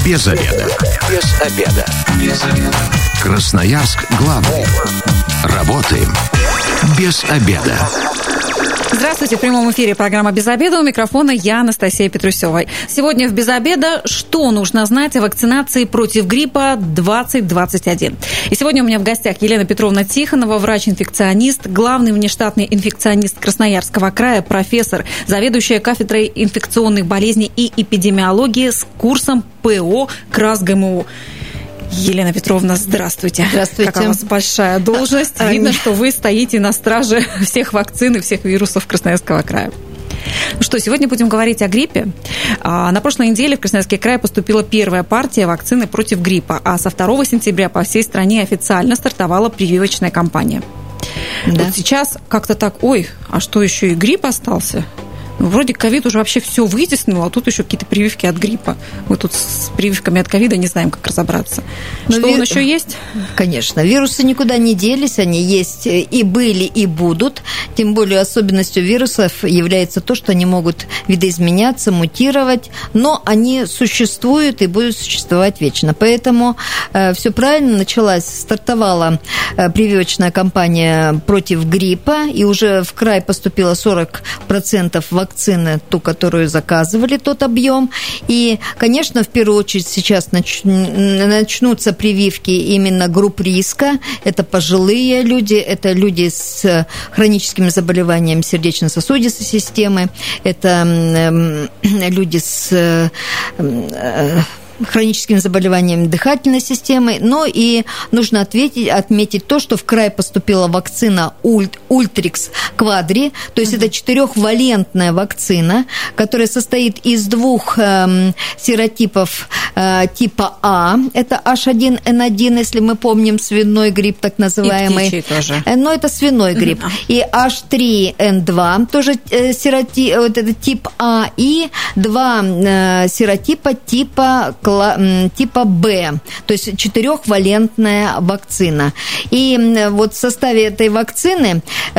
Без обеда. Без обеда. Без обеда. Красноярск главный. Работаем без обеда. Здравствуйте, в прямом эфире программа «Без обеда». У микрофона я, Анастасия Петрусева. Сегодня в «Без обеда» что нужно знать о вакцинации против гриппа 2021. И сегодня у меня в гостях Елена Петровна Тихонова, врач-инфекционист, главный внештатный инфекционист Красноярского края, профессор, заведующая кафедрой инфекционных болезней и эпидемиологии с курсом ПО КрасГМУ. Елена Петровна, здравствуйте. Здравствуйте. Какая у вас большая должность. Видно, что вы стоите на страже всех вакцин и всех вирусов Красноярского края. Ну что, сегодня будем говорить о гриппе. На прошлой неделе в Красноярский край поступила первая партия вакцины против гриппа, а со 2 сентября по всей стране официально стартовала прививочная кампания. Да. Вот сейчас как-то так, а что, еще и грипп остался? Вроде ковид уже вообще все вытеснил, а тут еще какие-то прививки от гриппа. Мы тут с прививками от ковида не знаем, как разобраться. Но что, он еще есть? Конечно. Вирусы никуда не делись, они есть и были, и будут. Тем более особенностью вирусов является то, что они могут видоизменяться, мутировать, но они существуют и будут существовать вечно. Поэтому все правильно стартовала прививочная кампания против гриппа, и уже в край поступило 40% вакцины, ту, которую заказывали, тот объем. И, конечно, в первую очередь сейчас начнутся прививки именно групп риска. Это пожилые люди, это люди с хроническими заболеваниями сердечно-сосудистой системы, это люди с хроническими заболеваниями дыхательной системы. Но и нужно отметить то, что в край поступила вакцина Ультрикс Квадри, то есть это 4-валентная вакцина, которая состоит из 2 серотипов типа А, это H1N1, если мы помним свиной грипп, так называемый. И птичий тоже. Но это свиной грипп. И H3N2, тоже серотип, вот это тип А, и 2 серотипа типа Б, то есть 4-валентная вакцина. И вот в составе этой вакцины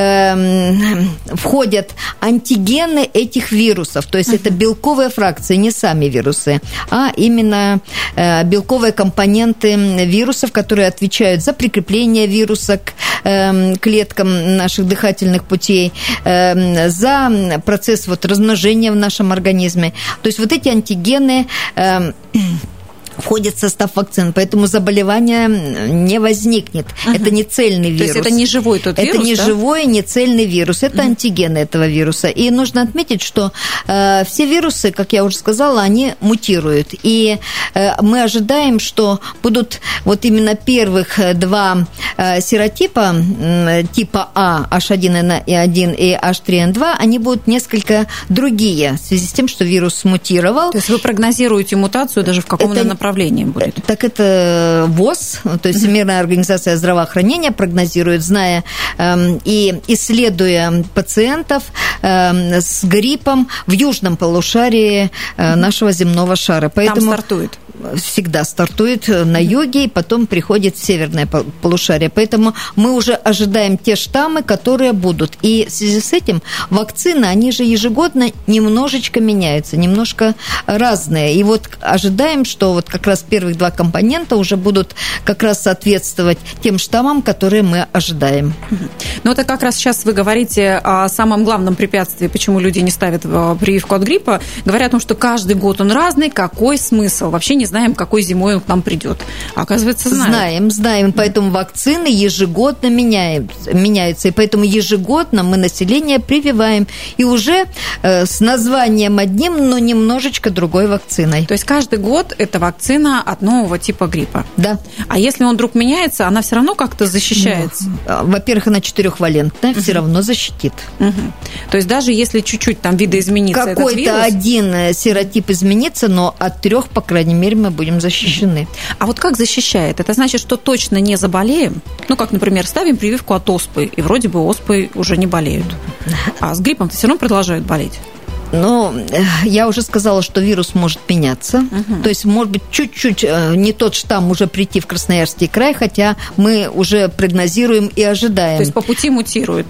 входят антигены этих вирусов, то есть это белковые фракции, не сами вирусы, а именно белковые компоненты вирусов, которые отвечают за прикрепление вируса к клеткам наших дыхательных путей, за процесс размножения в нашем организме. То есть вот эти антигены входит в состав вакцин, поэтому заболевание не возникнет. Это не цельный вирус. То есть это не живой тот вирус, это не живой, не цельный вирус. Это антигены этого вируса. И нужно отметить, что все вирусы, как я уже сказала, они мутируют. И мы ожидаем, что будут вот именно первых 2 серотипа типа А, H1N1 и H3N2, они будут несколько другие в связи с тем, что вирус мутировал. То есть вы прогнозируете мутацию даже в каком-то направлении будет? Так это ВОЗ, то есть Всемирная организация здравоохранения прогнозирует, зная и исследуя пациентов с гриппом в южном полушарии нашего земного шара. Поэтому там стартует? Всегда стартует на юге, и потом приходит в северное полушарие. Поэтому мы уже ожидаем те штаммы, которые будут. И в связи с этим вакцины, они же ежегодно немножечко меняются, немножко разные. И вот ожидаем, что вот как раз первых 2 компонента уже будут как раз соответствовать тем штаммам, которые мы ожидаем. Ну, это как раз сейчас вы говорите о самом главном препятствии, почему люди не ставят прививку от гриппа. Говорят о том, что каждый год он разный, какой смысл? Вообще не знаем, какой зимой он к нам придет. А оказывается, знаем. Поэтому вакцины ежегодно меняются. И поэтому ежегодно мы население прививаем. И уже с названием одним, но немножечко другой вакциной. То есть каждый год это вакцина от нового типа гриппа? Да. А если он вдруг меняется, она все равно как-то защищается? Во-первых, она 4-валентная, все равно защитит. То есть даже если чуть-чуть там видоизменится этот вирус? Какой-то один серотип изменится, но от 3, по крайней мере, мы будем защищены. А вот как защищает? Это значит, что точно не заболеем? Ну, как, например, ставим прививку от оспы, и вроде бы оспой уже не болеют. А с гриппом-то все равно продолжают болеть. Но я уже сказала, что вирус может меняться. То есть, может быть, чуть-чуть не тот штамм уже прийти в Красноярский край, хотя мы уже прогнозируем и ожидаем. То есть, по пути мутирует?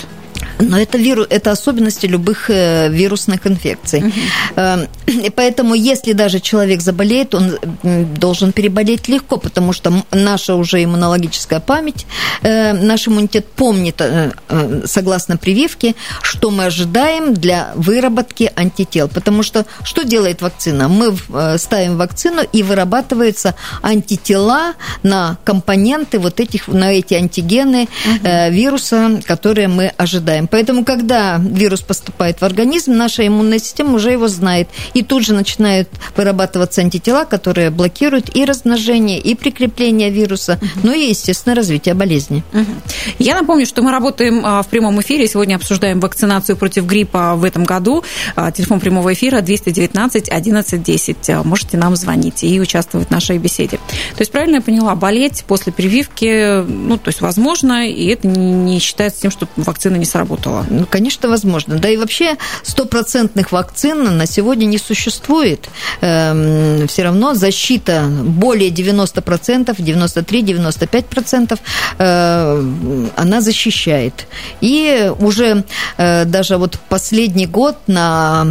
Но это особенности любых вирусных инфекций. И поэтому, если даже человек заболеет, он должен переболеть легко, потому что наша уже иммунологическая память, наш иммунитет помнит, согласно прививке, что мы ожидаем для выработки антител. Потому что что делает вакцина? Мы ставим вакцину, и вырабатываются антитела на компоненты на эти антигены вируса, которые мы ожидаем. Поэтому, когда вирус поступает в организм, наша иммунная система уже его знает. И тут же начинают вырабатываться антитела, которые блокируют и размножение, и прикрепление вируса, ну и, естественно, развитие болезни. Я напомню, что мы работаем в прямом эфире. Сегодня обсуждаем вакцинацию против гриппа в этом году. Телефон прямого эфира 219 11 10. Можете нам звонить и участвовать в нашей беседе. То есть, правильно я поняла, болеть после прививки, то есть, возможно, и это не считается тем, что вакцина не сработала. Ну, конечно, возможно. Да и вообще 100% вакцин на сегодня не существует. Все равно защита более 90%, 93-95% она защищает. И уже даже вот последний год на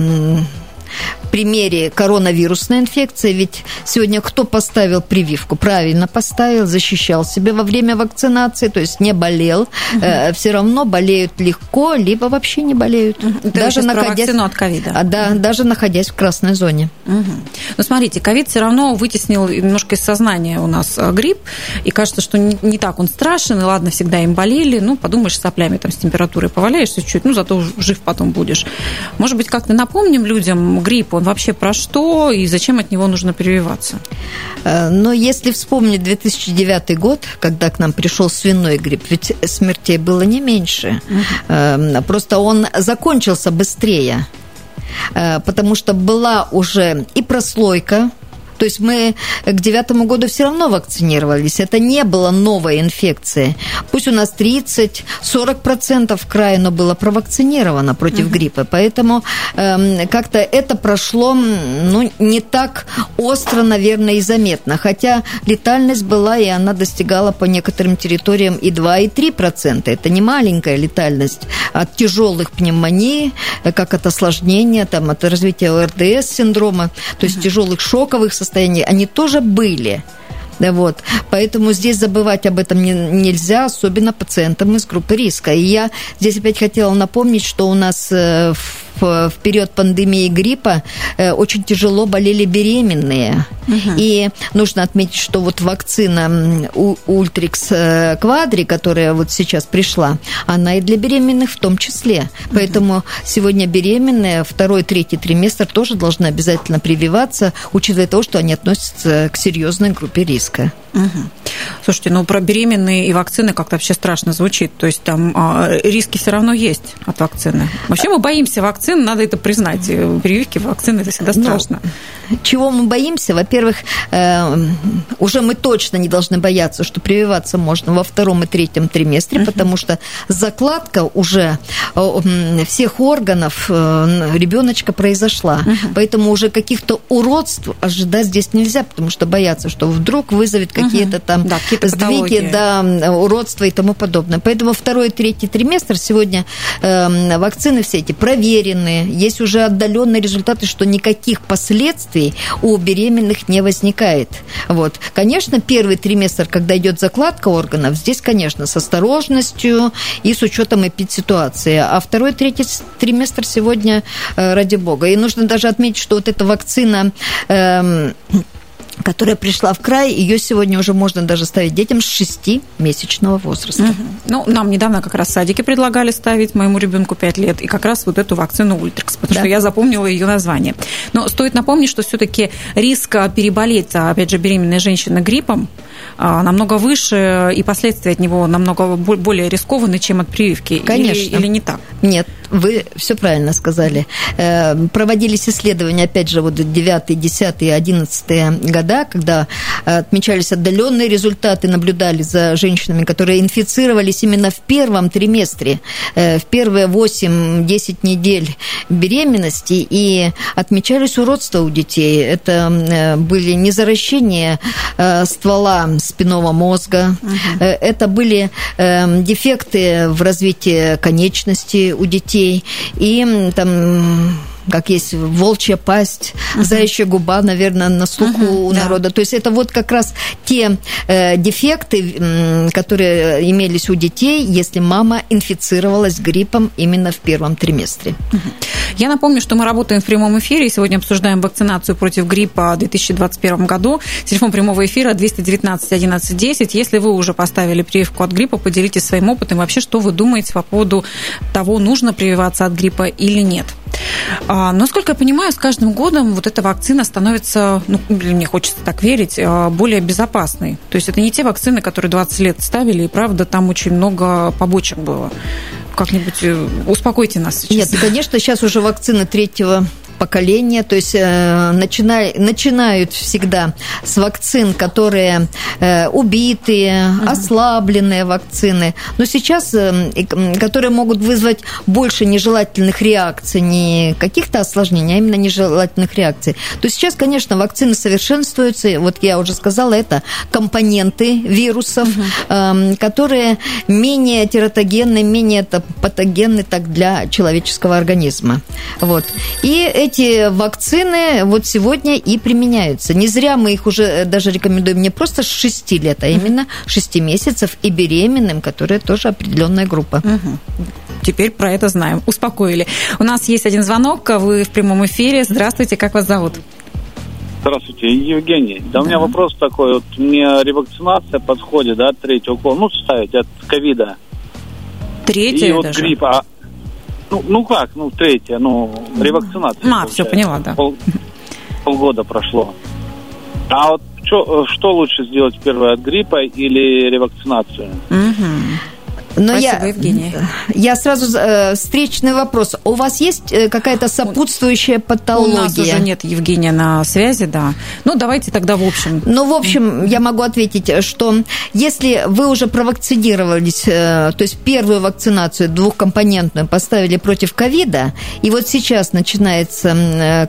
примере коронавирусной инфекции, ведь сегодня кто поставил прививку? Правильно поставил, защищал себя во время вакцинации, то есть не болел, все равно болеют легко, либо вообще не болеют. Даже находясь от ковида. Да, даже находясь в красной зоне. Ну, смотрите, ковид все равно вытеснил немножко из сознания у нас грипп, и кажется, что не так он страшен, и ладно, всегда им болели, подумаешь, соплями там с температурой поваляешься чуть, зато жив потом будешь. Может быть, как-то напомним людям грипп, он вообще про что и зачем от него нужно прививаться? Но если вспомнить 2009 год, когда к нам пришел свиной грипп, ведь смертей было не меньше. Просто он закончился быстрее, потому что была уже и прослойка. То есть мы к 2009 году все равно вакцинировались. Это не было новой инфекции. Пусть у нас 30-40% в крае, но было провакцинировано против гриппа. Поэтому как-то это прошло не так остро, наверное, и заметно. Хотя летальность была, и она достигала по некоторым территориям и 2, и 3%. Это не маленькая летальность от тяжелых пневмоний, как от осложнения, от развития ОРДС-синдрома, то есть тяжелых шоковых состояний, они тоже были. Вот. Поэтому здесь забывать об этом нельзя, особенно пациентам из группы риска. И я здесь опять хотела напомнить, что у нас в период пандемии гриппа очень тяжело болели беременные. И нужно отметить, что вот вакцина Ультрикс Квадри, которая вот сейчас пришла, она и для беременных в том числе. Поэтому сегодня беременные 2-3 триместр тоже должны обязательно прививаться, учитывая то, что они относятся к серьезной группе риска. Слушайте, про беременные и вакцины как-то вообще страшно звучит. То есть там риски все равно есть от вакцины. Вообще мы боимся вакцин, надо это признать. Прививки, вакцины – это всегда страшно. Чего мы боимся? Во-первых, уже мы точно не должны бояться, что прививаться можно во 2 и 3 триместре, потому что закладка уже всех органов ребеночка произошла. Поэтому уже каких-то уродств ожидать здесь нельзя, потому что боятся, что вдруг вызовет какие-то там сдвиги, уродства и тому подобное. Поэтому 2 и 3 триместр сегодня вакцины все эти проверенные, есть уже отдаленные результаты, что никаких последствий у беременных не возникает. Вот. Конечно, 1 триместр, когда идет закладка органов, здесь, конечно, с осторожностью и с учетом эпидситуации. А 2 и 3 триместр сегодня, ради бога. И нужно даже отметить, что вот эта вакцина, которая пришла в край, ее сегодня уже можно даже ставить детям с 6-месячного возраста. Нам недавно как раз в садике предлагали ставить моему ребенку 5 лет, и как раз вот эту вакцину Ультрикс, потому что я запомнила ее название. Но стоит напомнить, что все-таки риск переболеть, опять же, беременная женщина гриппом намного выше, и последствия от него намного более рискованны, чем от прививки. Конечно. Или не так? Нет, вы все правильно сказали. Проводились исследования, опять же, 9, 10, 11 года, когда отмечались отдаленные результаты, наблюдали за женщинами, которые инфицировались именно в 1 триместре, в первые 8-10 недель беременности, и отмечались уродства у детей. Это были незаращения ствола рака спинного мозга, это были дефекты в развитии конечностей у детей, и там... как есть волчья пасть, заячья губа, наверное, на слуху у народа. То есть это вот как раз те дефекты, которые имелись у детей, если мама инфицировалась гриппом именно в первом триместре. Я напомню, что мы работаем в прямом эфире, и сегодня обсуждаем вакцинацию против гриппа в 2021 году. Телефон прямого эфира 219 11 10. Если вы уже поставили прививку от гриппа, поделитесь своим опытом. Вообще, что вы думаете по поводу того, нужно прививаться от гриппа или нет. Но, насколько я понимаю, с каждым годом вот эта вакцина становится, мне хочется так верить, более безопасной. То есть это не те вакцины, которые 20 лет ставили, и правда там очень много побочек было. Как-нибудь успокойте нас сейчас. Нет, конечно, сейчас уже вакцины третьего поколения, то есть начинают всегда с вакцин, которые убитые, ослабленные вакцины, но сейчас, которые могут вызвать больше нежелательных реакций, не каких-то осложнений, а именно нежелательных реакций. То есть сейчас, конечно, вакцины совершенствуются, вот я уже сказала, это компоненты вирусов, которые менее тератогенны, менее патогенны так для человеческого организма. Вот. И эти вакцины вот сегодня и применяются. Не зря мы их уже даже рекомендуем не просто с 6 лет, а именно 6 месяцев и беременным, которые тоже определенная группа. Теперь про это знаем. Успокоили. У нас есть один звонок, вы в прямом эфире. Здравствуйте, как вас зовут? Здравствуйте, Евгений. Да, у меня вопрос такой. Вот мне ревакцинация подходит, да, третий укол, ставить от ковида. Третья и вот даже? Гриппа. Третья, ревакцинация. Все, поняла, да. Полгода прошло. А вот что лучше сделать первое, от гриппа или ревакцинацию? Но спасибо, Евгения. Я сразу встречный вопрос. У вас есть какая-то сопутствующая патология? У нас уже нет Евгения на связи, да. Давайте тогда в общем. В общем, я могу ответить, что если вы уже провакцинировались, то есть первую вакцинацию двухкомпонентную поставили против ковида, и вот сейчас начинается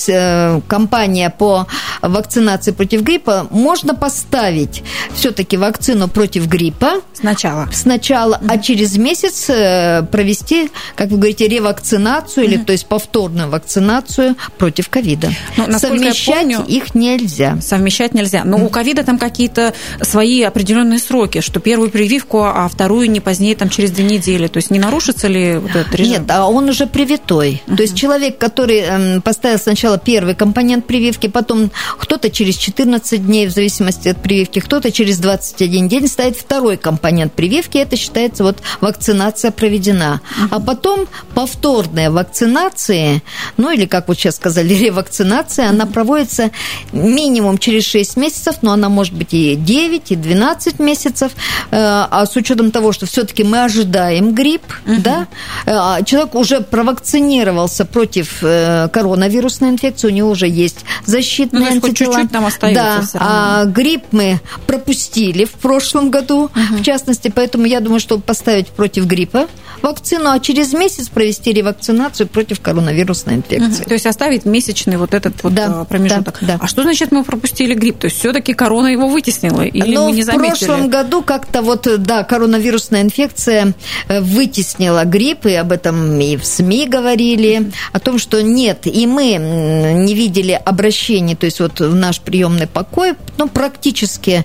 кампания по вакцинации против гриппа, можно поставить все-таки вакцину против гриппа. Сначала, а через месяц провести, как вы говорите, ревакцинацию, или то есть повторную вакцинацию против ковида. Совмещать их нельзя. Совмещать нельзя. Но у ковида там какие-то свои определенные сроки, что первую прививку, а вторую не позднее, через 2 недели. То есть не нарушится ли вот этот режим? Нет, а он уже привитой. То есть человек, который поставил сначала первый компонент прививки, потом кто-то через 14 дней, в зависимости от прививки, кто-то через 21 день ставит второй компонент прививки. Это считается, вакцинация проведена. А потом повторная вакцинация, или, как вот сейчас сказали, ревакцинация, она проводится минимум через 6 месяцев, но она может быть и 9, и 12 месяцев. А с учетом того, что все-таки мы ожидаем грипп, да, человек уже провакцинировался против коронавирусной инфекции, у него уже есть защитные антитела. Чуть-чуть там остается все равно. А грипп мы пропустили в прошлом году, в частности, поэтому я думаю, что поставить против гриппа вакцину, а через месяц провести ревакцинацию против коронавирусной инфекции. То есть оставить месячный вот этот промежуток. Да. А что значит мы пропустили грипп? То есть все-таки корона его вытеснила? Или мы не заметили? В прошлом году как-то коронавирусная инфекция вытеснила грипп, и об этом и в СМИ говорили, о том, что нет, и мы не видели обращений, то есть в наш приемный покой, практически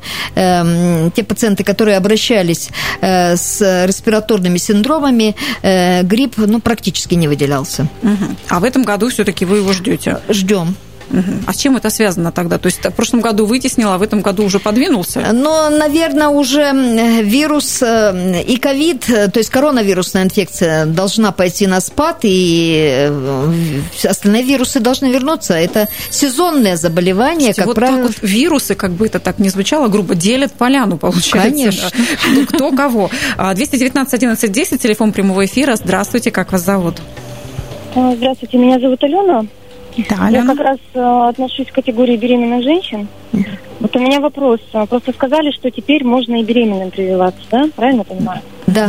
те пациенты, которые обращались с респираторными синдромами, грипп практически не выделялся. А в этом году все-таки вы его ждете? Ждем. А с чем это связано тогда? То есть в прошлом году вытеснил, а в этом году уже подвинулся? Наверное, уже вирус и ковид, то есть коронавирусная инфекция должна пойти на спад, и остальные вирусы должны вернуться. Это сезонное заболевание, как правило. Так вирусы, как бы это так не звучало грубо, делят поляну, получается. Конечно. Кто кого. 219 11 10, телефон прямого эфира. Здравствуйте, как вас зовут? Здравствуйте, меня зовут Алена. Да, я как раз отношусь к категории беременных женщин. Вот у меня вопрос. Просто сказали, что теперь можно и беременным прививаться, да? Правильно понимаю? Да.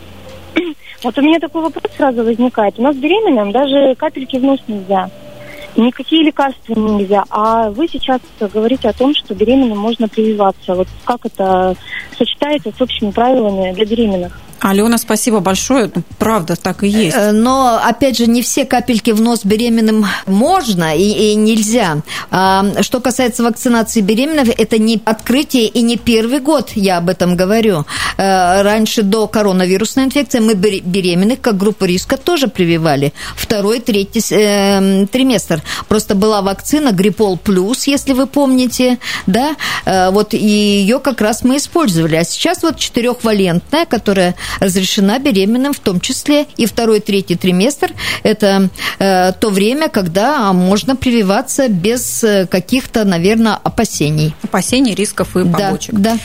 Вот у меня такой вопрос сразу возникает. У нас беременным даже капельки в нос нельзя. никакие лекарства нельзя. А вы сейчас говорите о том, что беременным можно прививаться. Вот как это сочетается с общими правилами для беременных? Алена, спасибо большое. Правда, так и есть. Но, опять же, не все капельки в нос беременным можно и нельзя. Что касается вакцинации беременных, это не открытие и не первый год, я об этом говорю. Раньше, до коронавирусной инфекции, мы беременных, как группу риска, тоже прививали. 2-3 триместр. Просто была вакцина Гриппол Плюс, если вы помните, да, вот и ее как раз мы использовали. А сейчас вот 4-валентная, которая разрешена беременным, в том числе и 2-3 триместр. Это то время, когда можно прививаться без каких-то, наверное, опасений. Опасений, рисков и побочек. Да.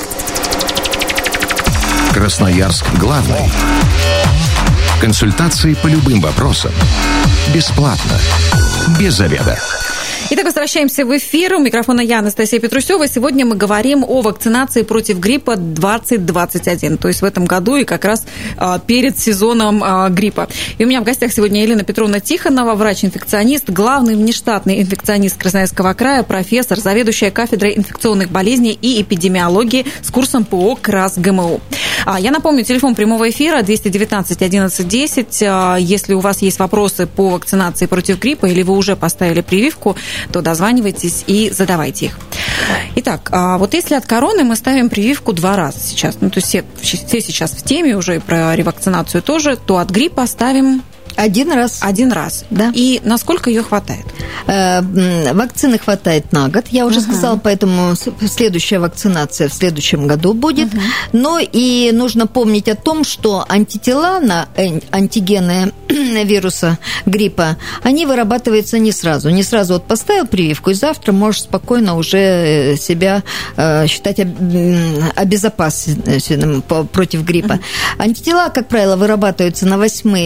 Красноярск главный. Консультации по любым вопросам. Бесплатно. Без заведа. Итак, возвращаемся в эфир. У микрофона я, Анастасия Петрусева. Сегодня мы говорим о вакцинации против гриппа 2021. То есть в этом году и как раз перед сезоном гриппа. И у меня в гостях сегодня Елена Петровна Тихонова, врач-инфекционист, главный внештатный инфекционист Красноярского края, профессор, заведующая кафедрой инфекционных болезней и эпидемиологии с курсом ПО КРАС ГМУ. Я напомню, телефон прямого эфира 219 11 10. Если у вас есть вопросы по вакцинации против гриппа или вы уже поставили прививку, то дозванивайтесь и задавайте их. Итак, вот если от короны мы ставим прививку 2 раза сейчас, то есть все сейчас в теме уже и про ревакцинацию тоже, то от гриппа ставим... Один раз. Да. И насколько ее хватает? Вакцины хватает на год, я уже сказала, поэтому следующая вакцинация в следующем году будет. Но и нужно помнить о том, что антитела на антигены вируса гриппа, они вырабатываются не сразу. Не сразу вот поставил прививку, и завтра можешь спокойно уже себя считать обезопасенным против гриппа. Антитела, как правило, вырабатываются на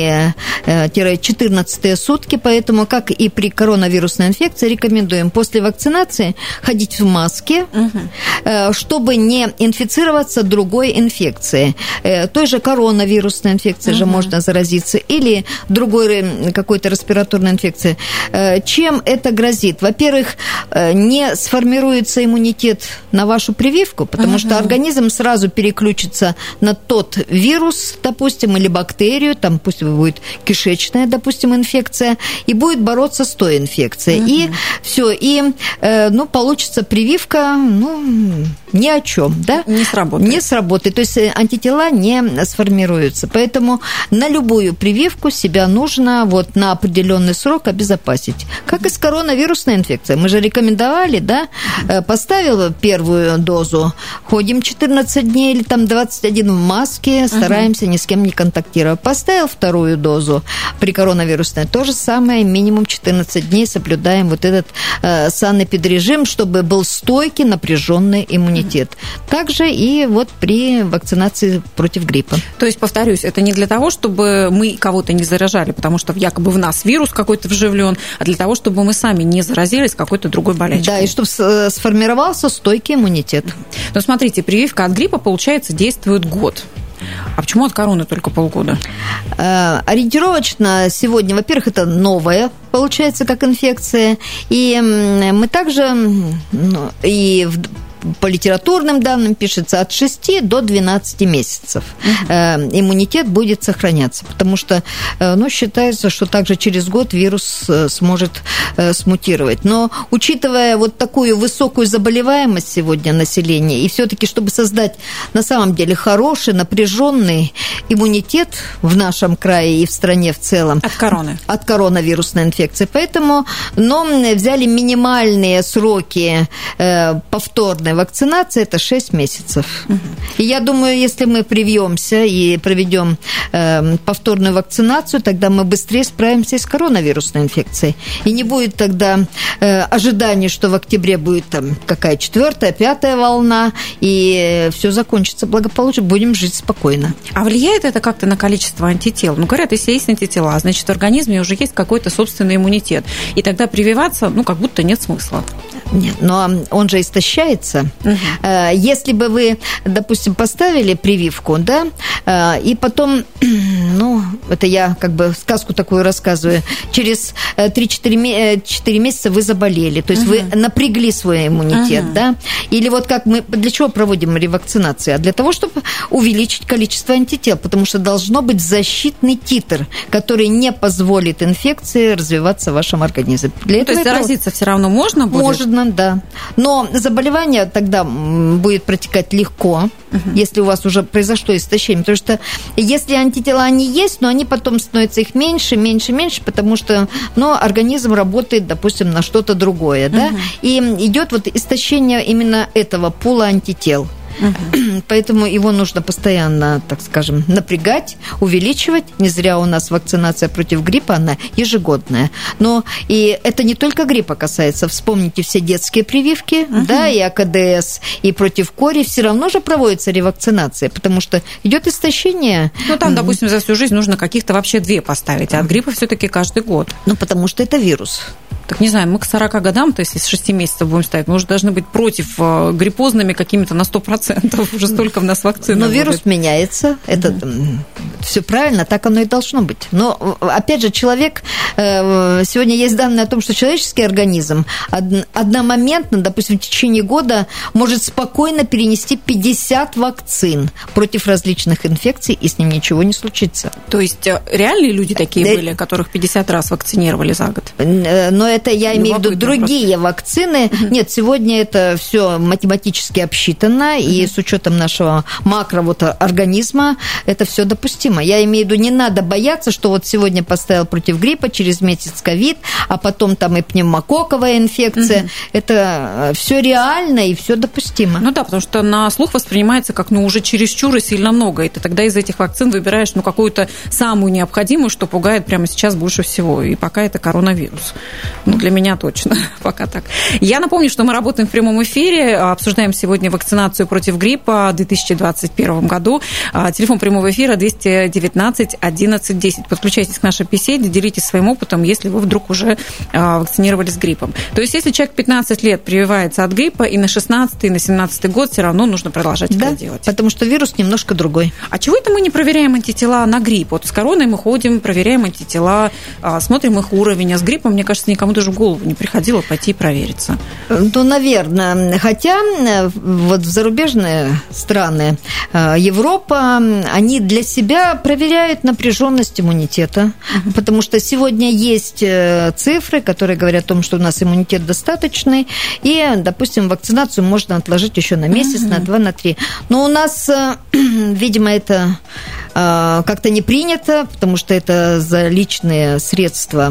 8-14 сутки, поэтому, как и при коронавирусной инфекции, рекомендуем после вакцинации ходить в маске, чтобы не инфицироваться другой инфекцией. Той же коронавирусной инфекцией же можно заразиться, или другой какой-то респираторной инфекцией. Чем это грозит? Во-первых, не сформируется иммунитет на вашу прививку, потому что организм сразу переключится на тот вирус, допустим, или бактерию, там пусть будет кишечная, допустим, инфекция, и будет бороться с той инфекцией. И все, и получится прививка, ни о чем, да? Не сработает. То есть антитела не сформируются. Поэтому на любую прививку себя нужно вот на определенный срок обезопасить. Как и с коронавирусной инфекцией. Мы же рекомендовали, да? Поставил первую дозу, ходим 14 дней или там 21 в маске, стараемся ни с кем не контактировать. Поставил вторую дозу при коронавирусной, то же самое, минимум 14 дней соблюдаем вот этот санэпидрежим, чтобы был стойкий, напряженный иммунитет. Также и вот при вакцинации против гриппа. То есть, повторюсь, это не для того, чтобы мы кого-то не заражали, потому что якобы в нас вирус какой-то вживлен, а для того, чтобы мы сами не заразились какой-то другой болячкой. Да, и чтобы сформировался стойкий иммунитет. Но смотрите, прививка от гриппа, получается, действует год. А почему от короны только полгода? Ориентировочно сегодня, во-первых, это новая, получается, как инфекция, и мы также по литературным данным пишется от 6 до 12 месяцев иммунитет будет сохраняться, потому что считается, что также через год вирус сможет смутировать. Но учитывая вот такую высокую заболеваемость сегодня населения, и все-таки, чтобы создать на самом деле хороший, напряженный иммунитет в нашем крае и в стране в целом. От коронавирусной инфекции. Поэтому взяли минимальные сроки повторной вакцинации, это 6 месяцев. И я думаю, если мы привьемся и проведем повторную вакцинацию, тогда мы быстрее справимся с коронавирусной инфекцией. И не будет тогда ожиданий, что в октябре будет там какая 4-я, 5-я волна, и все закончится благополучно, будем жить спокойно. А влияет это как-то на количество антител? Говорят, если есть антитела, значит, в организме уже есть какой-то собственный иммунитет. И тогда прививаться, как будто нет смысла. Нет, но он же истощается. Если бы вы, допустим, поставили прививку, да, и потом это я как бы сказку такую рассказываю, через 3-4 месяца вы заболели, то есть вы напрягли свой иммунитет, да? Или вот как мы, для чего проводим ревакцинацию? А для того, чтобы увеличить количество антител, потому что должно быть защитный титр, который не позволит инфекции развиваться в вашем организме. То есть заразиться все равно можно будет? Можно, да. Но заболевание тогда будет протекать легко, если у вас уже произошло истощение. Потому что если антитела, они есть, но они потом становятся их меньше, потому что организм работает, допустим, на что-то другое, да? И идет вот истощение именно этого пула антител. Поэтому его нужно постоянно, так скажем, напрягать, увеличивать. Не зря у нас вакцинация против гриппа, она ежегодная. Но и это не только гриппа касается. Вспомните все детские прививки, да, и АКДС, и против кори. Все равно же проводится ревакцинация, потому что идет истощение. Там, допустим, за всю жизнь нужно каких-то вообще 2 поставить, а от гриппа все-таки каждый год. Потому что это вирус. Так не знаю, мы к 40 годам, то есть из 6 месяцев будем ставить, мы уже должны быть против гриппозными какими-то на 100%. Уже столько в нас вакцин. Но вирус меняется. Это все правильно, так оно и должно быть. Но, опять же, человек... Сегодня есть данные о том, что человеческий организм одномоментно, допустим, в течение года может спокойно перенести 50 вакцин против различных инфекций, и с ним ничего не случится. То есть реальные люди такие были, которых 50 раз вакцинировали за год? Но это я имею в виду другие вакцины. Нет, сегодня это все математически обсчитано, и с учетом нашего макроорганизма это все допустимо. Я имею в виду, не надо бояться, что вот сегодня поставил против гриппа, через месяц ковид, а потом там и пневмококковая инфекция. Это все реально и все допустимо. Да, потому что на слух воспринимается как уже чересчур и сильно много, и ты тогда из этих вакцин выбираешь какую-то самую необходимую, что пугает прямо сейчас больше всего, и пока это коронавирус. Для меня точно, пока так. Я напомню, что мы работаем в прямом эфире, обсуждаем сегодня вакцинацию против гриппа в 2021 году. Телефон прямого эфира 219 11 10. Подключайтесь к нашей беседе, делитесь своим опытом, если вы вдруг уже вакцинировались гриппом. То есть, если человек 15 лет прививается от гриппа, и на 16-й, и на 17-й год все равно нужно продолжать это делать. Потому что вирус немножко другой. А чего это мы не проверяем антитела на грипп? Вот с короной мы ходим, проверяем антитела, смотрим их уровень, а с гриппом, мне кажется, никому даже в голову не приходило пойти и провериться. Наверное. Хотя вот в зарубежные страны, Европа, они для себя проверяют напряженность иммунитета, потому что сегодня есть цифры, которые говорят о том, что у нас иммунитет достаточный, и, допустим, вакцинацию можно отложить еще на месяц, на 2, на 3. Но у нас, видимо, это как-то не принято, потому что это за личные средства,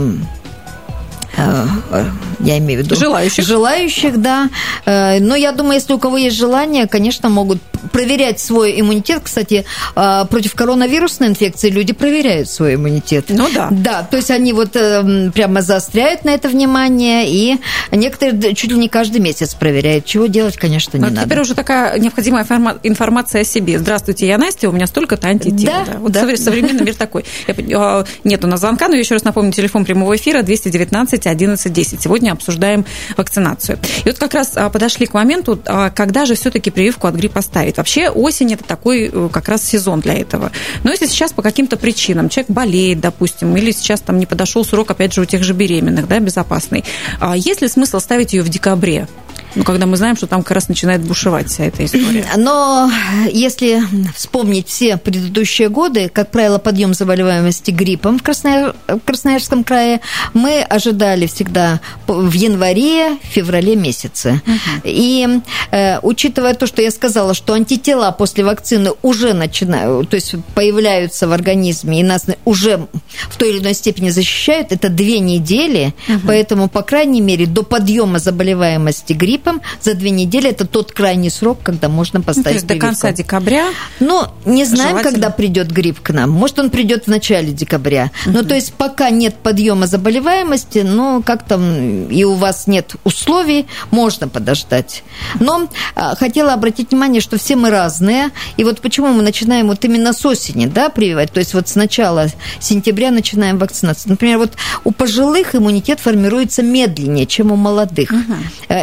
я имею в виду желающих, да. Но я думаю, если у кого есть желание, конечно, могут проверять свой иммунитет. Кстати, против коронавирусной инфекции люди проверяют свой иммунитет. Да. Да, то есть они вот прямо заостряют на это внимание, и некоторые чуть ли не каждый месяц проверяют. Чего делать, конечно, не надо. Теперь уже такая необходимая информация о себе. Здравствуйте, я Настя, у меня столько-то антител. Современный мир такой. Нет у нас звонка, но я еще раз напомню, телефон прямого эфира 219 11 10. Сегодня обсуждаем вакцинацию. И вот как раз подошли к моменту, когда же все-таки прививку от гриппа ставить. Вообще осень – это такой как раз сезон для этого. Но если сейчас по каким-то причинам человек болеет, допустим, или сейчас там не подошел срок, опять же, у тех же беременных, да, безопасный, есть ли смысл ставить ее в декабре? Когда мы знаем, что там как раз начинает бушевать вся эта история. Но если вспомнить все предыдущие годы, как правило, подъем заболеваемости гриппом в Красноярском крае мы ожидали всегда в январе, феврале месяце. И учитывая то, что я сказала, что антитела после вакцины уже начинают, то есть появляются в организме и нас уже в той или иной степени защищают, это 2 недели, поэтому, по крайней мере, до подъема заболеваемости гриппом за 2 недели это тот крайний срок, когда можно поставить прививку. То есть до конца декабря? Не знаем, когда придет грипп к нам. Может, он придет в начале декабря. То есть пока нет подъема заболеваемости, как-то и у вас нет условий, можно подождать. Но хотела обратить внимание, что все мы разные, и вот почему мы начинаем вот именно с осени, да, прививать, то есть вот с начала сентября начинаем вакцинацию. Например, вот у пожилых иммунитет формируется медленнее, чем у молодых.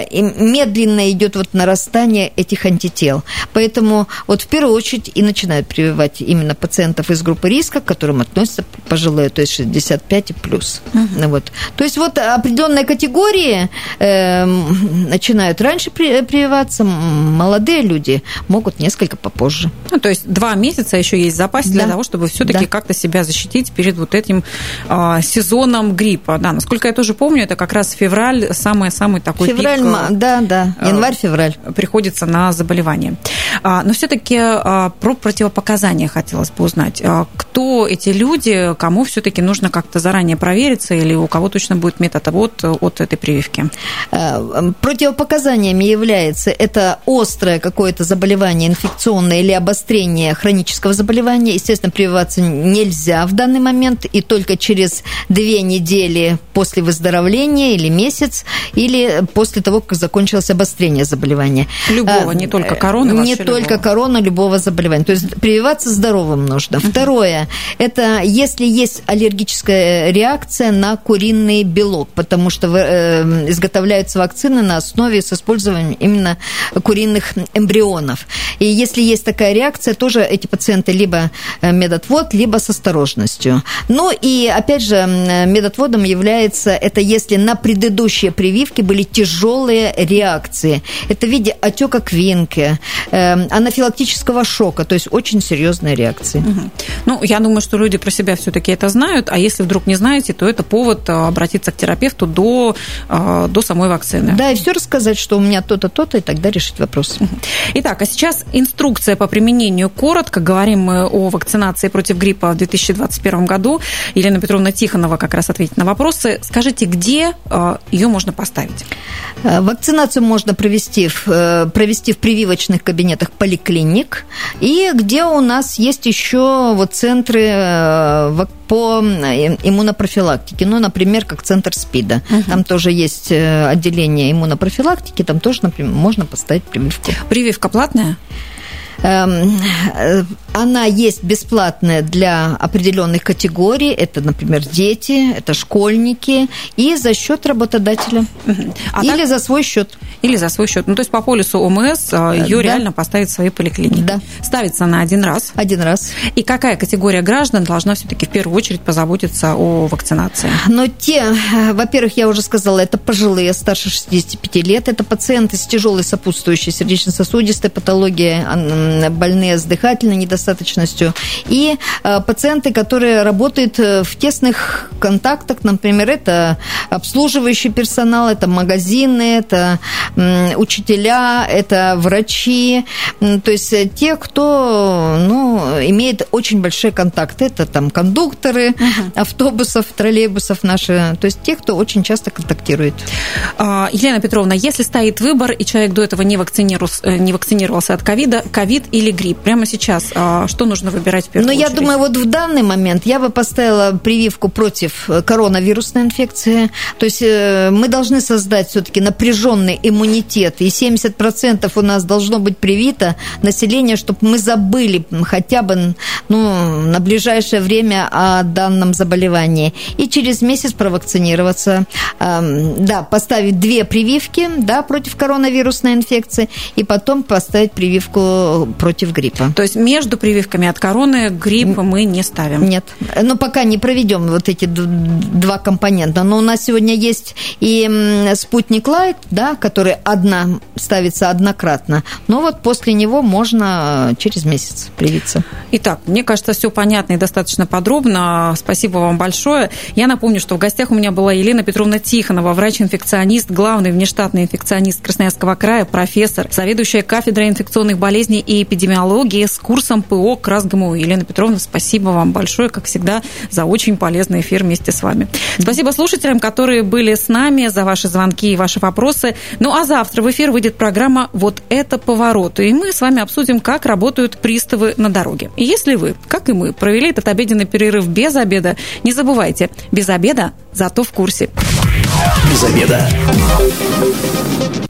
медленно идет вот нарастание этих антител. Поэтому вот в первую очередь и начинают прививать именно пациентов из группы риска, к которым относятся пожилые, то есть 65 и плюс. Вот. То есть вот определенные категории начинают раньше прививаться, молодые люди могут несколько попозже. Ну, то есть 2 месяца еще есть в запасе для того, чтобы все-таки как-то себя защитить перед вот этим сезоном гриппа. Да, насколько я тоже помню, это как раз февраль, самый такой февраль, пик. Январь-февраль. Приходится на заболевание. Но все-таки про противопоказания хотелось бы узнать. Кто эти люди, кому все-таки нужно как-то заранее провериться, или у кого точно будет метод от этой прививки? Противопоказаниями является это острое какое-то заболевание инфекционное или обострение хронического заболевания. Естественно, прививаться нельзя в данный момент, и только через 2 недели после выздоровления или месяц, или после того, как закончилось обострение заболевания. Любого, не только короны, не только корона, любого заболевания. То есть прививаться здоровым нужно. Второе, это если есть аллергическая реакция на куриный белок, потому что изготовляются вакцины на основе с использованием именно куриных эмбрионов. И если есть такая реакция, тоже эти пациенты либо медотвод, либо с осторожностью. Ну и, опять же, медотводом является это, если на предыдущие прививки были тяжелые реакции. Это в виде отека квинки, анафилактического шока, то есть очень серьезные реакции. Ну, я думаю, что люди про себя все-таки это знают, а если вдруг не знаете, то это повод обратиться к терапевту до самой вакцины. Да, и все рассказать, что у меня то-то, то-то, и тогда решить вопрос. Итак, а сейчас инструкция по применению. Коротко говорим мы о вакцинации против гриппа в 2021 году. Елена Петровна Тихонова как раз ответит на вопросы. Скажите, где ее можно поставить? Вакцинацию можно провести в прививочных кабинетах поликлиник, и где у нас есть еще вот центры по иммунопрофилактике, ну, например, как центр СПИДа. Там тоже есть отделение иммунопрофилактики, там тоже, например, можно поставить прививку. Прививка платная? Она есть бесплатная для определенных категорий. Это, например, дети, это школьники, и за счет работодателя. Или за свой счет. Или за свой счет. Ну, то есть по полису ОМС ее реально поставить в свои поликлиники. Да. Ставится на один раз. Один раз. И какая категория граждан должна все-таки в первую очередь позаботиться о вакцинации? Но во-первых, я уже сказала, это пожилые, старше 65 лет, это пациенты с тяжелой сопутствующей сердечно-сосудистой патологией, больные с дыхательной недостаточностью, и пациенты, которые работают в тесных контактах, например, это обслуживающий персонал, это магазины, это учителя, это врачи, то есть те, кто имеет очень большие контакты, это там кондукторы автобусов, троллейбусов наши, то есть те, кто очень часто контактирует. Елена Петровна, если стоит выбор, и человек до этого не вакцинировался от ковида, ковид или грипп, прямо сейчас что нужно выбирать в первую очередь? Я думаю, вот в данный момент я бы поставила прививку против коронавирусной инфекции. То есть мы должны создать все-таки напряженный иммунитет, и 70% у нас должно быть привито население, чтобы мы забыли хотя бы на ближайшее время о данном заболевании. И через месяц провакцинироваться. Поставить 2 прививки против коронавирусной инфекции, и потом поставить прививку против гриппа. То есть между прививками от короны грипп мы не ставим? Нет. Пока не проведем вот эти 2 компонента. Но у нас сегодня есть и спутник Лайт, который ставится однократно. Но вот после него можно через месяц привиться. Итак, мне кажется, все понятно и достаточно подробно. Спасибо вам большое. Я напомню, что в гостях у меня была Елена Петровна Тихонова, врач-инфекционист, главный внештатный инфекционист Красноярского края, профессор, заведующая кафедрой инфекционных болезней и эпидемиологии с курсом ПО КРАС-ГМУ. Елена Петровна, спасибо вам большое, как всегда, за очень полезный эфир вместе с вами. Спасибо слушателям, которые были с нами, за ваши звонки и ваши вопросы. Ну а завтра в эфир выйдет программа «Вот это поворот». И мы с вами обсудим, как работают приставы на дороге. И если вы, как и мы, провели этот обеденный перерыв без обеда, не забывайте, без обеда, зато в курсе. Без обеда.